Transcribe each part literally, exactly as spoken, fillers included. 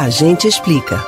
A gente explica.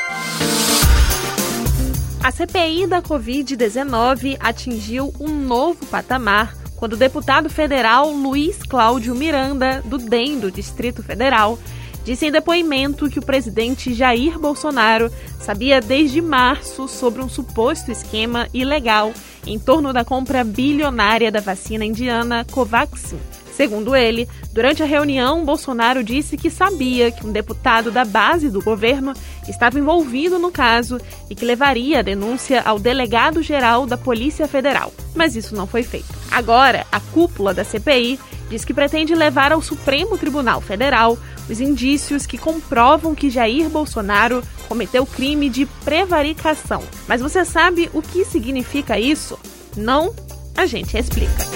A C P I da covid dezenove atingiu um novo patamar quando o deputado federal Luiz Cláudio Miranda, do D E M do Distrito Federal, disse em depoimento que o presidente Jair Bolsonaro sabia desde março sobre um suposto esquema ilegal em torno da compra bilionária da vacina indiana Covaxin. Segundo ele, durante a reunião, Bolsonaro disse que sabia que um deputado da base do governo estava envolvido no caso e que levaria a denúncia ao delegado-geral da Polícia Federal. Mas isso não foi feito. Agora, a cúpula da C P I diz que pretende levar ao Supremo Tribunal Federal os indícios que comprovam que Jair Bolsonaro cometeu crime de prevaricação. Mas você sabe o que significa isso? Não? A gente explica.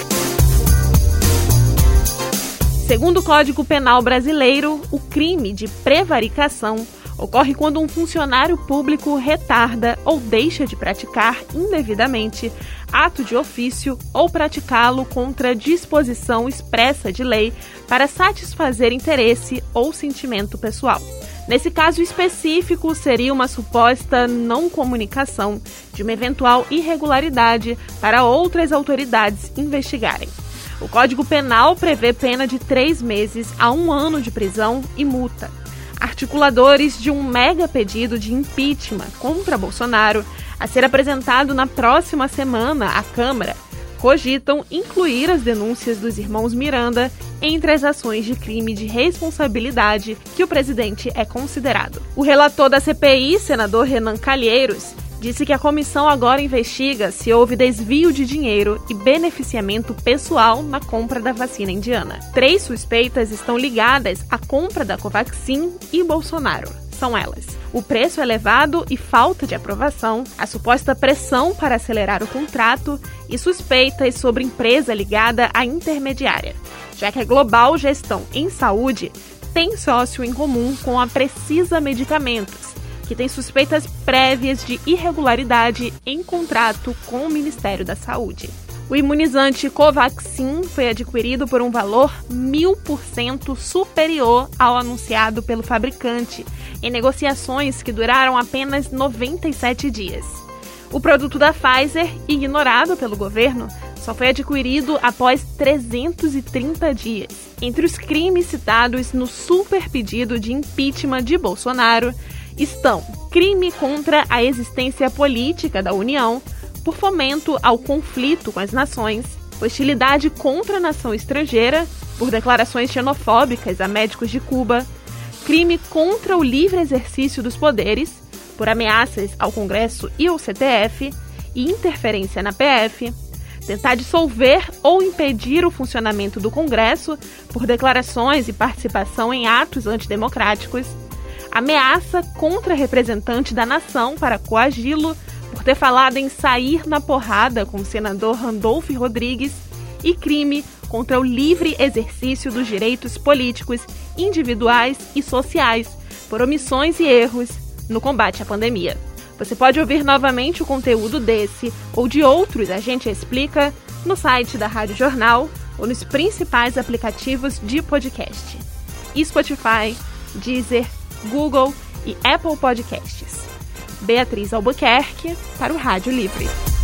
Segundo o Código Penal brasileiro, o crime de prevaricação ocorre quando um funcionário público retarda ou deixa de praticar indevidamente ato de ofício ou praticá-lo contra disposição expressa de lei para satisfazer interesse ou sentimento pessoal. Nesse caso específico, seria uma suposta não comunicação de uma eventual irregularidade para outras autoridades investigarem. O Código Penal prevê pena de três meses a um ano de prisão e multa. Articuladores de um mega pedido de impeachment contra Bolsonaro, a ser apresentado na próxima semana à Câmara, cogitam incluir as denúncias dos irmãos Miranda entre as ações de crime de responsabilidade que o presidente é considerado. O relator da C P I, senador Renan Calheiros, disse que a comissão agora investiga se houve desvio de dinheiro e beneficiamento pessoal na compra da vacina indiana. Três suspeitas estão ligadas à compra da Covaxin e Bolsonaro. São elas: o preço elevado e falta de aprovação, a suposta pressão para acelerar o contrato e suspeitas sobre empresa ligada à intermediária, já que a Global Gestão em Saúde tem sócio em comum com a Precisa Medicamentos, que tem suspeitas prévias de irregularidade em contrato com o Ministério da Saúde. O imunizante Covaxin foi adquirido por um valor mil por cento superior ao anunciado pelo fabricante, em negociações que duraram apenas noventa e sete dias. O produto da Pfizer, ignorado pelo governo, só foi adquirido após trezentos e trinta dias. Entre os crimes citados no super pedido de impeachment de Bolsonaro estão crime contra a existência política da União, por fomento ao conflito com as nações, hostilidade contra a nação estrangeira, por declarações xenofóbicas a médicos de Cuba, crime contra o livre exercício dos poderes, por ameaças ao Congresso e ao C T F, e interferência na P F, tentar dissolver ou impedir o funcionamento do Congresso, por declarações e participação em atos antidemocráticos, ameaça contra representante da nação para coagi-lo por ter falado em sair na porrada com o senador Randolfo Rodrigues e crime contra o livre exercício dos direitos políticos, individuais e sociais por omissões e erros no combate à pandemia. Você pode ouvir novamente o conteúdo desse ou de outros A Gente Explica no site da Rádio Jornal ou nos principais aplicativos de podcast: Spotify, Deezer, Google e Apple Podcasts. Beatriz Albuquerque para o Rádio Livre.